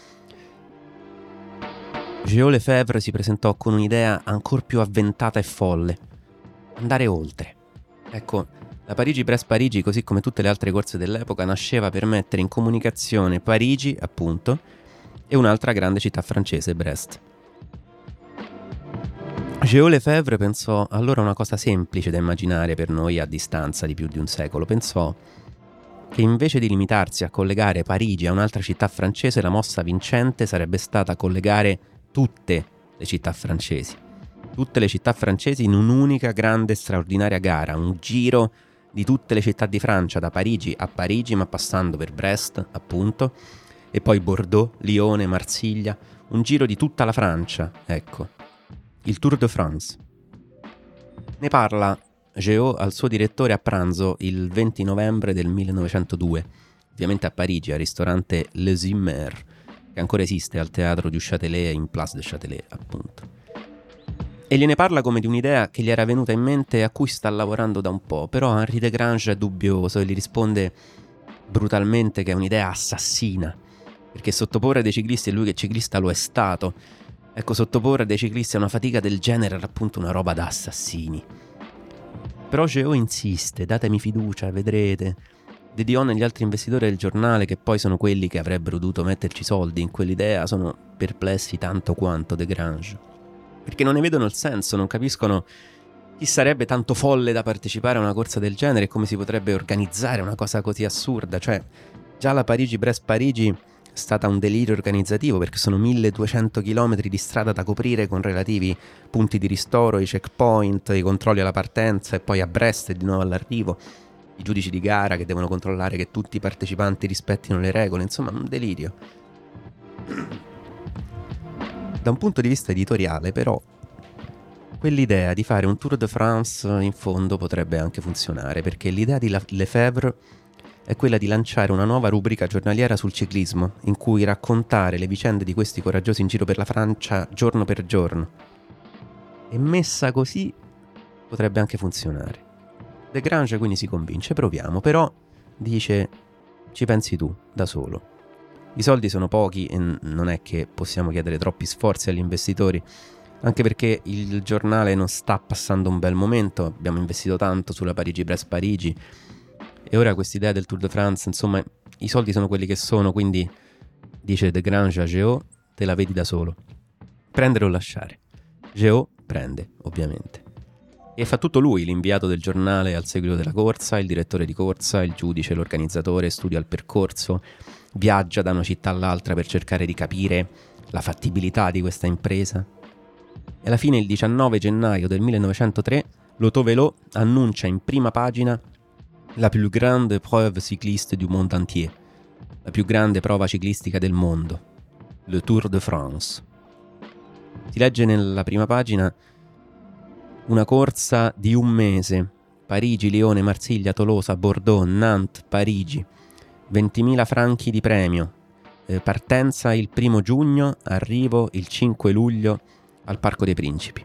Géo Lefebvre si presentò con un'idea ancora più avventata e folle: andare oltre. Ecco, la Parigi-Brest-Parigi, così come tutte le altre corse dell'epoca, nasceva per mettere in comunicazione Parigi, appunto, e un'altra grande città francese, Brest. Géo Lefebvre pensò allora una cosa semplice da immaginare per noi a distanza di più di un secolo. Pensò che invece di limitarsi a collegare Parigi a un'altra città francese, la mossa vincente sarebbe stata collegare tutte le città francesi. Tutte le città francesi in un'unica grande e straordinaria gara, un giro di di tutte le città di Francia, da Parigi a Parigi, ma passando per Brest, appunto, e poi Bordeaux, Lione, Marsiglia, un giro di tutta la Francia, ecco, il Tour de France. Ne parla Géaud al suo direttore a pranzo il venti novembre del millenovecentodue, ovviamente a Parigi, al ristorante Le Zimmer, che ancora esiste al teatro du Châtelet, in Place de Châtelet, appunto. E gliene parla come di un'idea che gli era venuta in mente e a cui sta lavorando da un po', però Henri Desgrange è dubbioso e gli risponde brutalmente che è un'idea assassina, perché sottoporre dei ciclisti, e lui che ciclista lo è stato, ecco, sottoporre dei ciclisti a una fatica del genere era appunto una roba da assassini. Però Géaud insiste, datemi fiducia, vedrete. De Dion e gli altri investitori del giornale, che poi sono quelli che avrebbero dovuto metterci soldi in quell'idea, sono perplessi tanto quanto Desgrange, perché non ne vedono il senso, non capiscono chi sarebbe tanto folle da partecipare a una corsa del genere e come si potrebbe organizzare una cosa così assurda. Cioè, già la Parigi-Brest-Parigi è stata un delirio organizzativo, perché sono milleduecento chilometri di strada da coprire con relativi punti di ristoro, i checkpoint, i controlli alla partenza e poi a Brest e di nuovo all'arrivo, i giudici di gara che devono controllare che tutti i partecipanti rispettino le regole, insomma un delirio. Da un punto di vista editoriale, però, quell'idea di fare un Tour de France in fondo potrebbe anche funzionare, perché l'idea di Lefebvre è quella di lanciare una nuova rubrica giornaliera sul ciclismo, in cui raccontare le vicende di questi coraggiosi in giro per la Francia giorno per giorno. E messa così potrebbe anche funzionare. Desgrange quindi si convince, proviamo, però dice: ci pensi tu, da solo. I soldi sono pochi e non è che possiamo chiedere troppi sforzi agli investitori, anche perché il giornale non sta passando un bel momento, abbiamo investito tanto sulla Parigi-Brest-Parigi e ora quest'idea del Tour de France, insomma, i soldi sono quelli che sono, quindi, dice Desgrange a Géaud, te la vedi da solo. Prendere o lasciare. Géaud prende, ovviamente. E fa tutto lui, l'inviato del giornale al seguito della corsa, il direttore di corsa, il giudice, l'organizzatore, studia il percorso, viaggia da una città all'altra per cercare di capire la fattibilità di questa impresa. E alla fine, il diciannove gennaio del millenovecentotre, l'Autovelo annuncia in prima pagina la più grande épreuve cycliste du monde entier, la più grande prova ciclistica del mondo, le Tour de France. Si legge nella prima pagina: una corsa di un mese, Parigi, Lione, Marsiglia, Tolosa, Bordeaux, Nantes, Parigi, ventimila franchi di premio, eh, partenza il primo giugno, arrivo il cinque luglio al Parco dei Principi.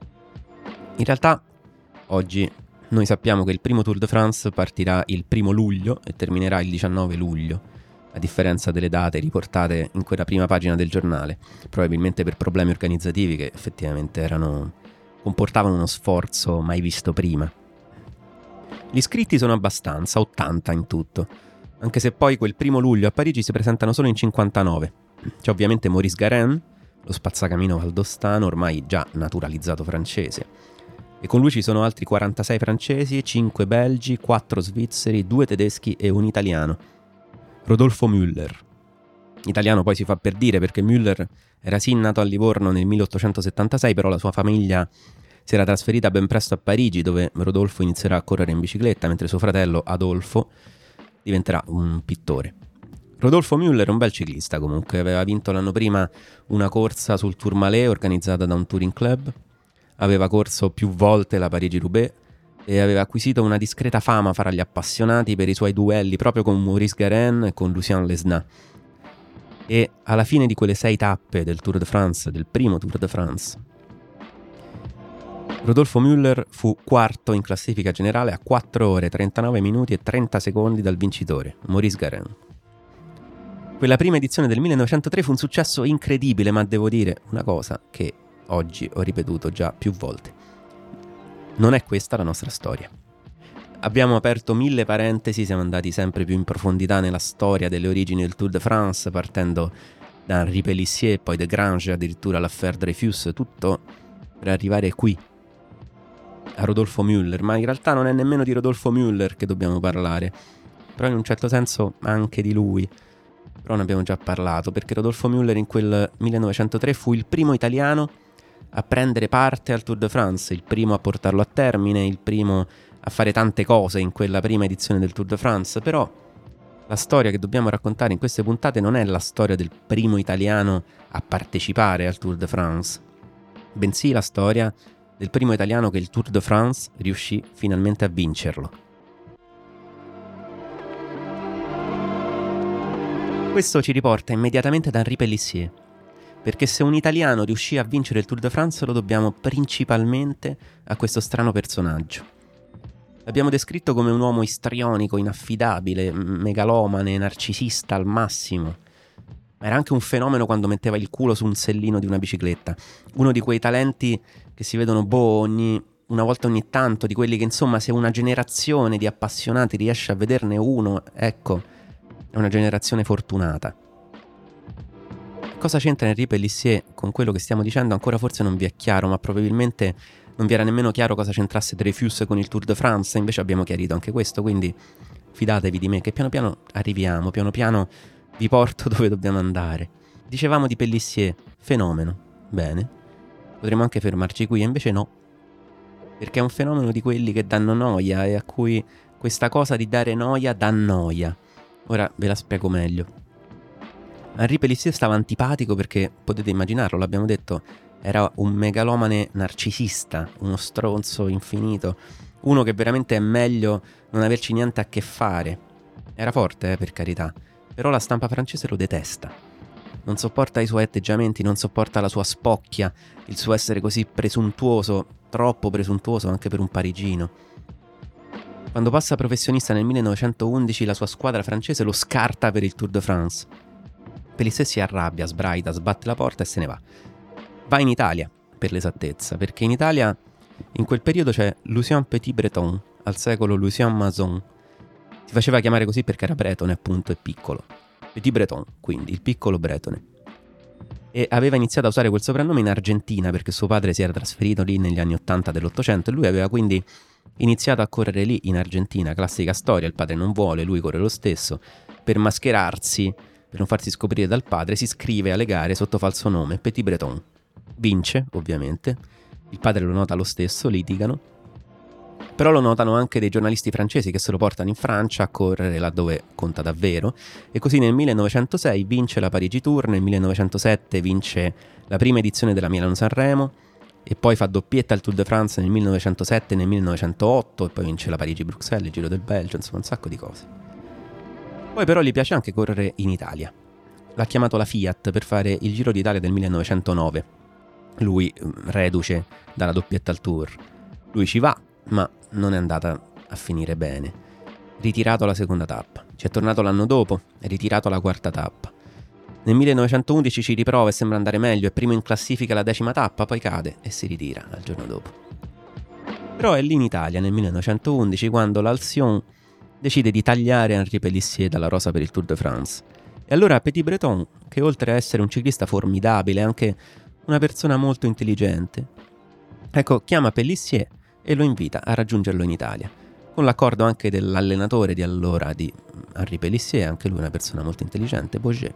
In realtà oggi noi sappiamo che il primo Tour de France partirà il primo luglio e terminerà il diciannove luglio, a differenza delle date riportate in quella prima pagina del giornale, probabilmente per problemi organizzativi che effettivamente erano, comportavano uno sforzo mai visto prima. Gli iscritti sono abbastanza, ottanta in tutto, anche se poi quel primo luglio a Parigi si presentano solo in cinquantanove. C'è ovviamente Maurice Garin, lo spazzacamino valdostano ormai già naturalizzato francese, e con lui ci sono altri quarantasei francesi, cinque belgi, quattro svizzeri, due tedeschi e un italiano, Rodolfo Müller. Italiano poi si fa per dire, perché Müller era sì nato a Livorno nel milleottocentosettantasei, però la sua famiglia si era trasferita ben presto a Parigi, dove Rodolfo inizierà a correre in bicicletta, mentre suo fratello Adolfo diventerà un pittore. Rodolfo Müller è un bel ciclista comunque, aveva vinto l'anno prima una corsa sul Tourmalet organizzata da un touring club, aveva corso più volte la Parigi-Roubaix e aveva acquisito una discreta fama fra gli appassionati per i suoi duelli proprio con Maurice Garin e con Lucien Lesnat. E alla fine di quelle sei tappe del Tour de France, del primo Tour de France, Rodolfo Müller fu quarto in classifica generale a quattro ore, trentanove minuti e trenta secondi dal vincitore, Maurice Garin. Quella prima edizione del millenovecentotre fu un successo incredibile, ma devo dire una cosa che oggi ho ripetuto già più volte. Non è questa la nostra storia. Abbiamo aperto mille parentesi, siamo andati sempre più in profondità nella storia delle origini del Tour de France, partendo da Henri Pélissier, poi Desgrange, addirittura l'affaire Dreyfus, tutto per arrivare qui, a Rodolfo Müller. Ma in realtà non è nemmeno di Rodolfo Müller che dobbiamo parlare, però in un certo senso anche di lui. Però ne abbiamo già parlato, perché Rodolfo Müller in quel millenovecentotre fu il primo italiano a prendere parte al Tour de France, il primo a portarlo a termine, il primo a fare tante cose in quella prima edizione del Tour de France, però la storia che dobbiamo raccontare in queste puntate non è la storia del primo italiano a partecipare al Tour de France, bensì la storia del primo italiano che il Tour de France riuscì finalmente a vincerlo. Questo ci riporta immediatamente ad Henri Pélissier, perché se un italiano riuscì a vincere il Tour de France lo dobbiamo principalmente a questo strano personaggio. L'abbiamo descritto come un uomo istrionico, inaffidabile, megalomane, narcisista al massimo. Ma era anche un fenomeno quando metteva il culo su un sellino di una bicicletta. Uno di quei talenti che si vedono boh, ogni, una volta ogni tanto, di quelli che insomma se una generazione di appassionati riesce a vederne uno, ecco, è una generazione fortunata. Cosa c'entra Henri Pélissier con quello che stiamo dicendo ancora forse non vi è chiaro, ma probabilmente non vi era nemmeno chiaro cosa c'entrasse Dreyfus con il Tour de France, invece abbiamo chiarito anche questo, quindi fidatevi di me che piano piano arriviamo, piano piano vi porto dove dobbiamo andare. Dicevamo di Pélissier, fenomeno, bene, potremmo anche fermarci qui, e invece no, perché è un fenomeno di quelli che danno noia e a cui questa cosa di dare noia dà noia. Ora ve la spiego meglio. Henri Pélissier stava antipatico perché, potete immaginarlo, l'abbiamo detto, era un megalomane narcisista, uno stronzo infinito, uno che veramente è meglio non averci niente a che fare. Era forte, eh, per carità, però la stampa francese lo detesta. Non sopporta i suoi atteggiamenti, non sopporta la sua spocchia, il suo essere così presuntuoso, troppo presuntuoso anche per un parigino. Quando passa professionista nel millenovecentoundici, la sua squadra francese lo scarta per il Tour de France. Pélissier si arrabbia, sbraita, sbatte la porta e se ne va. Va in Italia, per l'esattezza, perché in Italia in quel periodo c'è Lucien Petit-Breton, al secolo Lucien Masson. Si faceva chiamare così perché era bretone, appunto, e piccolo. Petit-Breton, quindi, il piccolo bretone. E aveva iniziato a usare quel soprannome in Argentina perché suo padre si era trasferito lì negli anni ottanta dell'Ottocento e lui aveva quindi iniziato a correre lì in Argentina, classica storia, il padre non vuole, lui corre lo stesso, per mascherarsi, per non farsi scoprire dal padre, si iscrive alle gare sotto falso nome, Petit-Breton. Vince, ovviamente, il padre lo nota lo stesso, litigano, però lo notano anche dei giornalisti francesi che se lo portano in Francia a correre laddove conta davvero, e così nel millenovecentosei vince la Parigi Tour, nel millenovecentosette vince la prima edizione della Milano-Sanremo, e poi fa doppietta al Tour de France nel millenovecentosette e nel millenovecentootto, e poi vince la Parigi-Bruxelles, il Giro del Belgio, insomma un sacco di cose. Poi però gli piace anche correre in Italia. L'ha chiamato la Fiat per fare il Giro d'Italia del millenovecentonove. Lui, reduce dalla doppietta al Tour. Lui ci va, ma non è andata a finire bene. Ritirato alla seconda tappa. Ci è tornato l'anno dopo, è ritirato alla quarta tappa. Nel millenovecentoundici ci riprova e sembra andare meglio, è primo in classifica alla decima tappa, poi cade e si ritira al giorno dopo. Però è lì in Italia, nel millenovecentoundici, quando l'Alcyon decide di tagliare Henri Pélissier dalla rosa per il Tour de France. E allora Petit-Breton, che oltre a essere un ciclista formidabile, è anche una persona molto intelligente, ecco, chiama Pélissier e lo invita a raggiungerlo in Italia, con l'accordo anche dell'allenatore di allora di Henri Pélissier, anche lui una persona molto intelligente, Boget.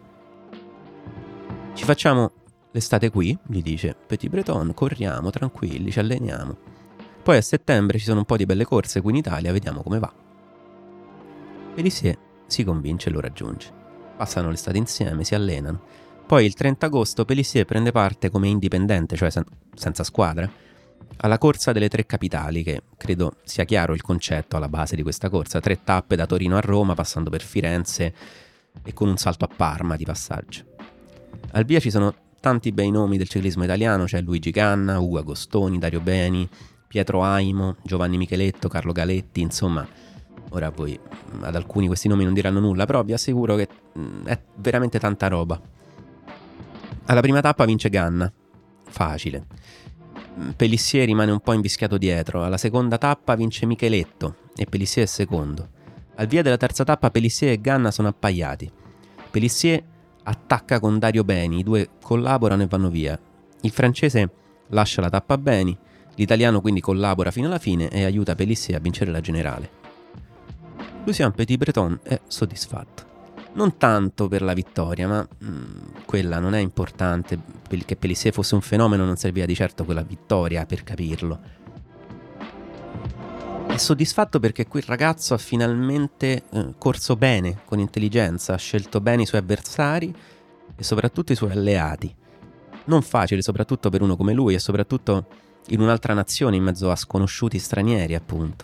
Ci facciamo l'estate qui, gli dice Petit-Breton, corriamo tranquilli, ci alleniamo. Poi a settembre ci sono un po' di belle corse qui in Italia, vediamo come va. Pélissier si convince e lo raggiunge. Passano l'estate insieme, si allenano. Poi il trenta agosto Pélissier prende parte come indipendente, cioè sen- senza squadra, alla corsa delle tre capitali, che credo sia chiaro il concetto alla base di questa corsa. Tre tappe da Torino a Roma, passando per Firenze e con un salto a Parma di passaggio. Al via ci sono tanti bei nomi del ciclismo italiano, c'è Luigi Canna, Ugo Agostoni, Dario Beni, Pietro Aimo, Giovanni Micheletto, Carlo Galetti, insomma, ora voi ad alcuni questi nomi non diranno nulla, però vi assicuro che mh, è veramente tanta roba. Alla prima tappa vince Ganna, facile. Pélissier rimane un po' invischiato dietro. Alla seconda tappa vince Micheletto e Pélissier è secondo. Al via della terza tappa Pélissier e Ganna sono appaiati. Pélissier attacca con Dario Beni, i due collaborano e vanno via. Il francese lascia la tappa a Beni, l'italiano quindi collabora fino alla fine e aiuta Pélissier a vincere la generale. Lucien Petit-Breton è soddisfatto. Non tanto per la vittoria, ma mh, quella non è importante. Che Pélissier fosse un fenomeno non serviva di certo quella vittoria per capirlo. È soddisfatto perché quel ragazzo ha finalmente eh, corso bene, con intelligenza, ha scelto bene i suoi avversari e soprattutto i suoi alleati. Non facile, soprattutto per uno come lui e soprattutto in un'altra nazione in mezzo a sconosciuti stranieri, appunto.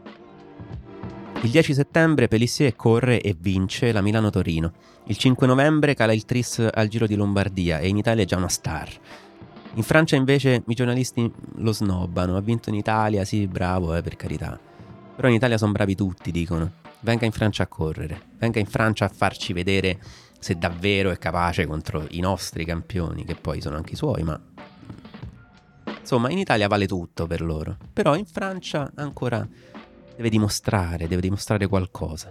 Il dieci settembre Pélissier corre e vince la Milano-Torino. Il cinque novembre cala il tris al Giro di Lombardia e in Italia è già una star. In Francia invece i giornalisti lo snobbano. Ha vinto in Italia, sì, bravo, eh, per carità. Però in Italia sono bravi tutti, dicono. Venga in Francia a correre, venga in Francia a farci vedere se davvero è capace contro i nostri campioni, che poi sono anche i suoi, ma... Insomma, in Italia vale tutto per loro. Però in Francia ancora deve dimostrare, deve dimostrare qualcosa.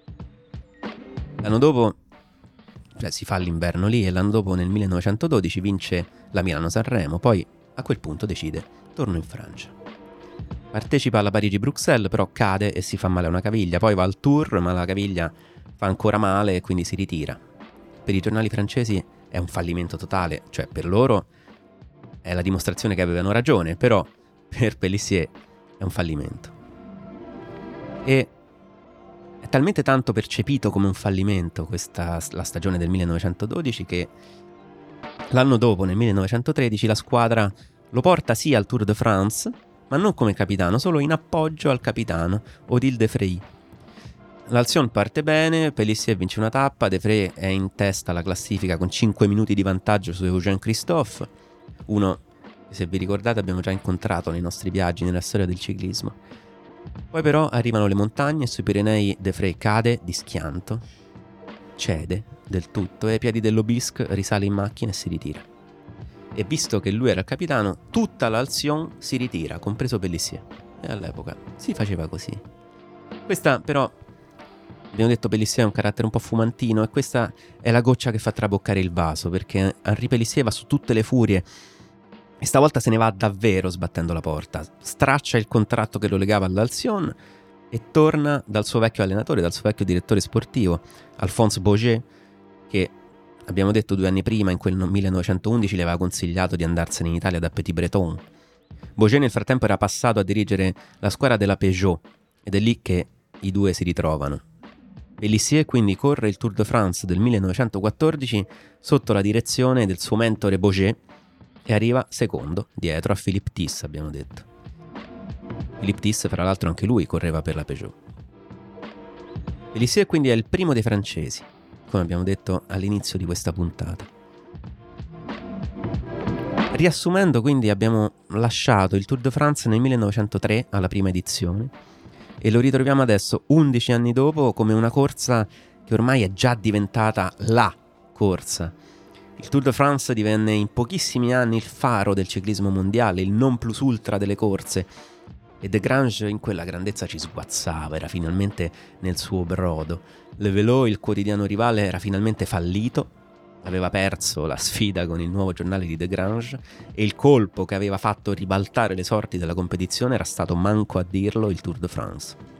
L'anno dopo, cioè si fa l'inverno lì, e l'anno dopo, nel millenovecentododici, vince la Milano-Sanremo. Poi, a quel punto, decide, torno in Francia. Partecipa alla Parigi-Bruxelles, però cade e si fa male a una caviglia. Poi va al Tour, ma la caviglia fa ancora male e quindi si ritira. Per i giornali francesi è un fallimento totale, cioè per loro è la dimostrazione che avevano ragione, però per Pélissier è un fallimento. E è talmente tanto percepito come un fallimento questa la stagione del millenovecentododici che l'anno dopo, nel millenovecentotredici, la squadra lo porta sì al Tour de France, ma non come capitano, solo in appoggio al capitano Odile Defrey. L'Alcyon parte bene, Pélissier vince una tappa, Defrey è in testa alla classifica con cinque minuti di vantaggio su Eugène Christophe, uno che, se vi ricordate, abbiamo già incontrato nei nostri viaggi nella storia del ciclismo. Poi però arrivano le montagne e sui Pirenei Defrey cade di schianto, cede del tutto e ai piedi dell'Obisque risale in macchina e si ritira. E visto che lui era il capitano, tutta l'Alcyon si ritira, compreso Pélissier. E all'epoca si faceva così. Questa però, abbiamo detto, Pélissier ha un carattere un po' fumantino e questa è la goccia che fa traboccare il vaso, perché Henri Pélissier va su tutte le furie e stavolta se ne va davvero sbattendo la porta. Straccia il contratto che lo legava all'Alcyon e torna dal suo vecchio allenatore, dal suo vecchio direttore sportivo, Alphonse Boget, che abbiamo detto due anni prima, in quel millenovecentoundici, le aveva consigliato di andarsene in Italia da Petit Breton. Boget nel frattempo era passato a dirigere la squadra della Peugeot ed è lì che i due si ritrovano. Pélissier quindi corre il Tour de France del millenovecentoquattordici sotto la direzione del suo mentore Boget e arriva secondo dietro a Philippe Thys, abbiamo detto. Philippe Thys, fra l'altro, anche lui correva per la Peugeot. Pélissier quindi è il primo dei francesi, come abbiamo detto all'inizio di questa puntata. Riassumendo, quindi, abbiamo lasciato il Tour de France nel millenovecentotre alla prima edizione e lo ritroviamo adesso, undici anni dopo, come una corsa che ormai è già diventata la corsa. Il Tour de France divenne in pochissimi anni il faro del ciclismo mondiale, il non plus ultra delle corse, e Desgrange in quella grandezza ci sguazzava, era finalmente nel suo brodo. Le Vélo, il quotidiano rivale, era finalmente fallito, aveva perso la sfida con il nuovo giornale di Desgrange e il colpo che aveva fatto ribaltare le sorti della competizione era stato, manco a dirlo, il Tour de France.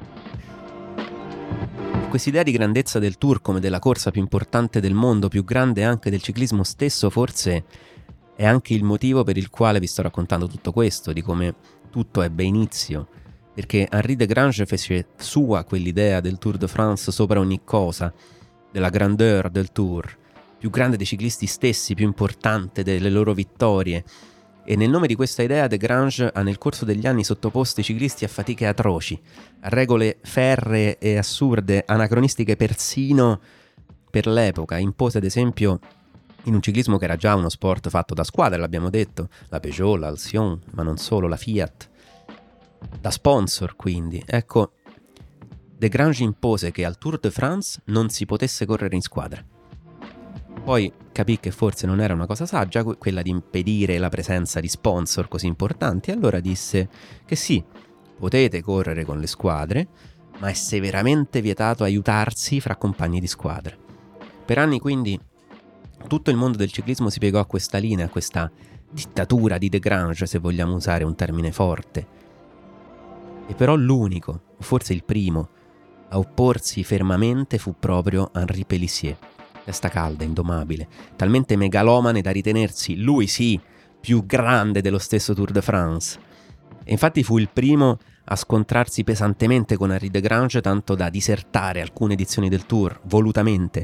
Quest'idea di grandezza del Tour come della corsa più importante del mondo, più grande anche del ciclismo stesso, forse è anche il motivo per il quale vi sto raccontando tutto questo, di come tutto ebbe inizio, perché Henri Desgrange fece sua quell'idea del Tour de France sopra ogni cosa, della grandeur del Tour, più grande dei ciclisti stessi, più importante delle loro vittorie. E nel nome di questa idea Desgrange ha nel corso degli anni sottoposto i ciclisti a fatiche atroci, a regole ferree e assurde, anacronistiche persino per l'epoca. Impose ad esempio, in un ciclismo che era già uno sport fatto da squadre, l'abbiamo detto, la Peugeot, l'Alcyon, ma non solo, la Fiat, da sponsor quindi. Ecco, Desgrange impose che al Tour de France non si potesse correre in squadra. Poi capì che forse non era una cosa saggia quella di impedire la presenza di sponsor così importanti, e allora disse che sì, potete correre con le squadre, ma è severamente vietato aiutarsi fra compagni di squadra. Per anni quindi tutto il mondo del ciclismo si piegò a questa linea, a questa dittatura di Desgrange, se vogliamo usare un termine forte. E però l'unico, o forse il primo, a opporsi fermamente fu proprio Henri Pélissier. Testa calda, indomabile, talmente megalomane da ritenersi, lui sì, più grande dello stesso Tour de France. E infatti fu il primo a scontrarsi pesantemente con Henri Desgrange, tanto da disertare alcune edizioni del Tour volutamente,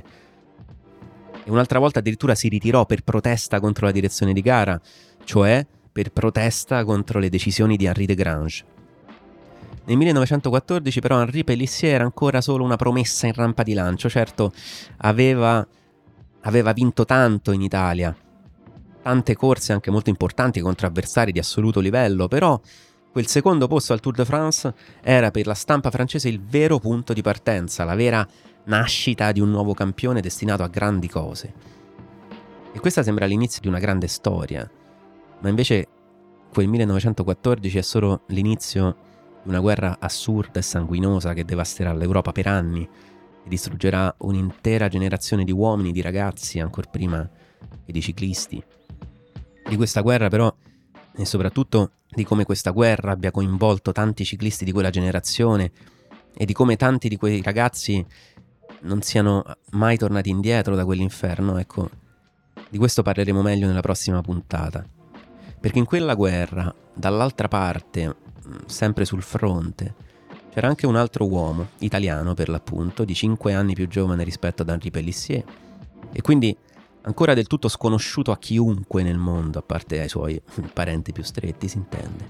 e un'altra volta addirittura si ritirò per protesta contro la direzione di gara, cioè per protesta contro le decisioni di Henri Desgrange. Nel millenovecentoquattordici però Henri Pélissier era ancora solo una promessa in rampa di lancio. Certo, aveva, aveva vinto tanto in Italia, tante corse anche molto importanti contro avversari di assoluto livello, però quel secondo posto al Tour de France era per la stampa francese il vero punto di partenza, la vera nascita di un nuovo campione destinato a grandi cose. E questa sembra l'inizio di una grande storia, ma invece quel millenovecentoquattordici è solo l'inizio di una guerra assurda e sanguinosa che devasterà l'Europa per anni e distruggerà un'intera generazione di uomini, di ragazzi, ancor prima che di ciclisti. Di questa guerra però, e soprattutto di come questa guerra abbia coinvolto tanti ciclisti di quella generazione e di come tanti di quei ragazzi non siano mai tornati indietro da quell'inferno, ecco, di questo parleremo meglio nella prossima puntata. Perché in quella guerra, dall'altra parte, sempre sul fronte, c'era anche un altro uomo, italiano per l'appunto, di cinque anni più giovane rispetto ad Henri Pélissier, e quindi ancora del tutto sconosciuto a chiunque nel mondo, a parte ai suoi parenti più stretti, si intende.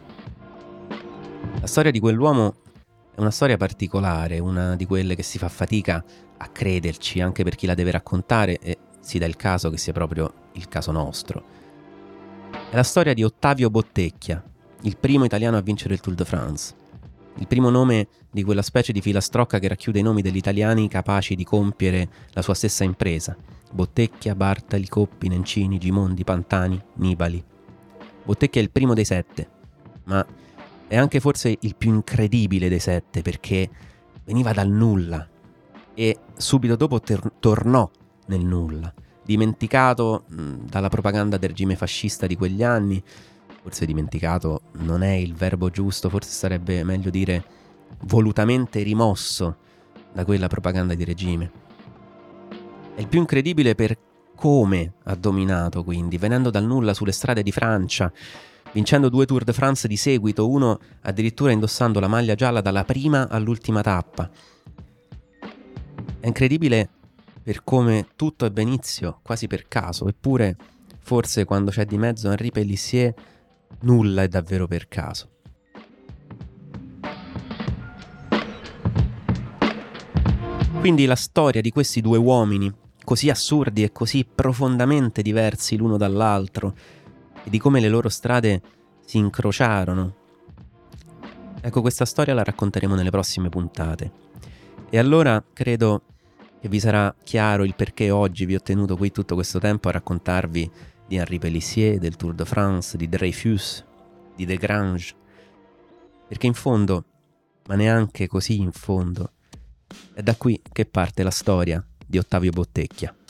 La storia di quell'uomo è una storia particolare, una di quelle che si fa fatica a crederci anche per chi la deve raccontare, e si dà il caso che sia proprio il caso nostro. È la storia di Ottavio Bottecchia, il primo italiano a vincere il Tour de France, il primo nome di quella specie di filastrocca che racchiude i nomi degli italiani capaci di compiere la sua stessa impresa: Bottecchia, Bartali, Coppi, Nencini, Gimondi, Pantani, Nibali. Bottecchia è il primo dei sette, ma è anche forse il più incredibile dei sette, perché veniva dal nulla e subito dopo ter- tornò nel nulla, dimenticato mh, dalla propaganda del regime fascista di quegli anni. Forse dimenticato non è il verbo giusto, forse sarebbe meglio dire volutamente rimosso da quella propaganda di regime. È il più incredibile per come ha dominato, quindi, venendo dal nulla sulle strade di Francia, vincendo due Tour de France di seguito, uno addirittura indossando la maglia gialla dalla prima all'ultima tappa. È incredibile per come tutto ebbe inizio quasi per caso, eppure forse quando c'è di mezzo Henri Pélissier nulla è davvero per caso. Quindi la storia di questi due uomini, così assurdi e così profondamente diversi l'uno dall'altro, e di come le loro strade si incrociarono, ecco, questa storia la racconteremo nelle prossime puntate. E allora credo che vi sarà chiaro il perché oggi vi ho tenuto qui tutto questo tempo a raccontarvi di Henri Pélissier, del Tour de France, di Dreyfus, di Desgrange, perché in fondo, ma neanche così in fondo, è da qui che parte la storia di Ottavio Bottecchia.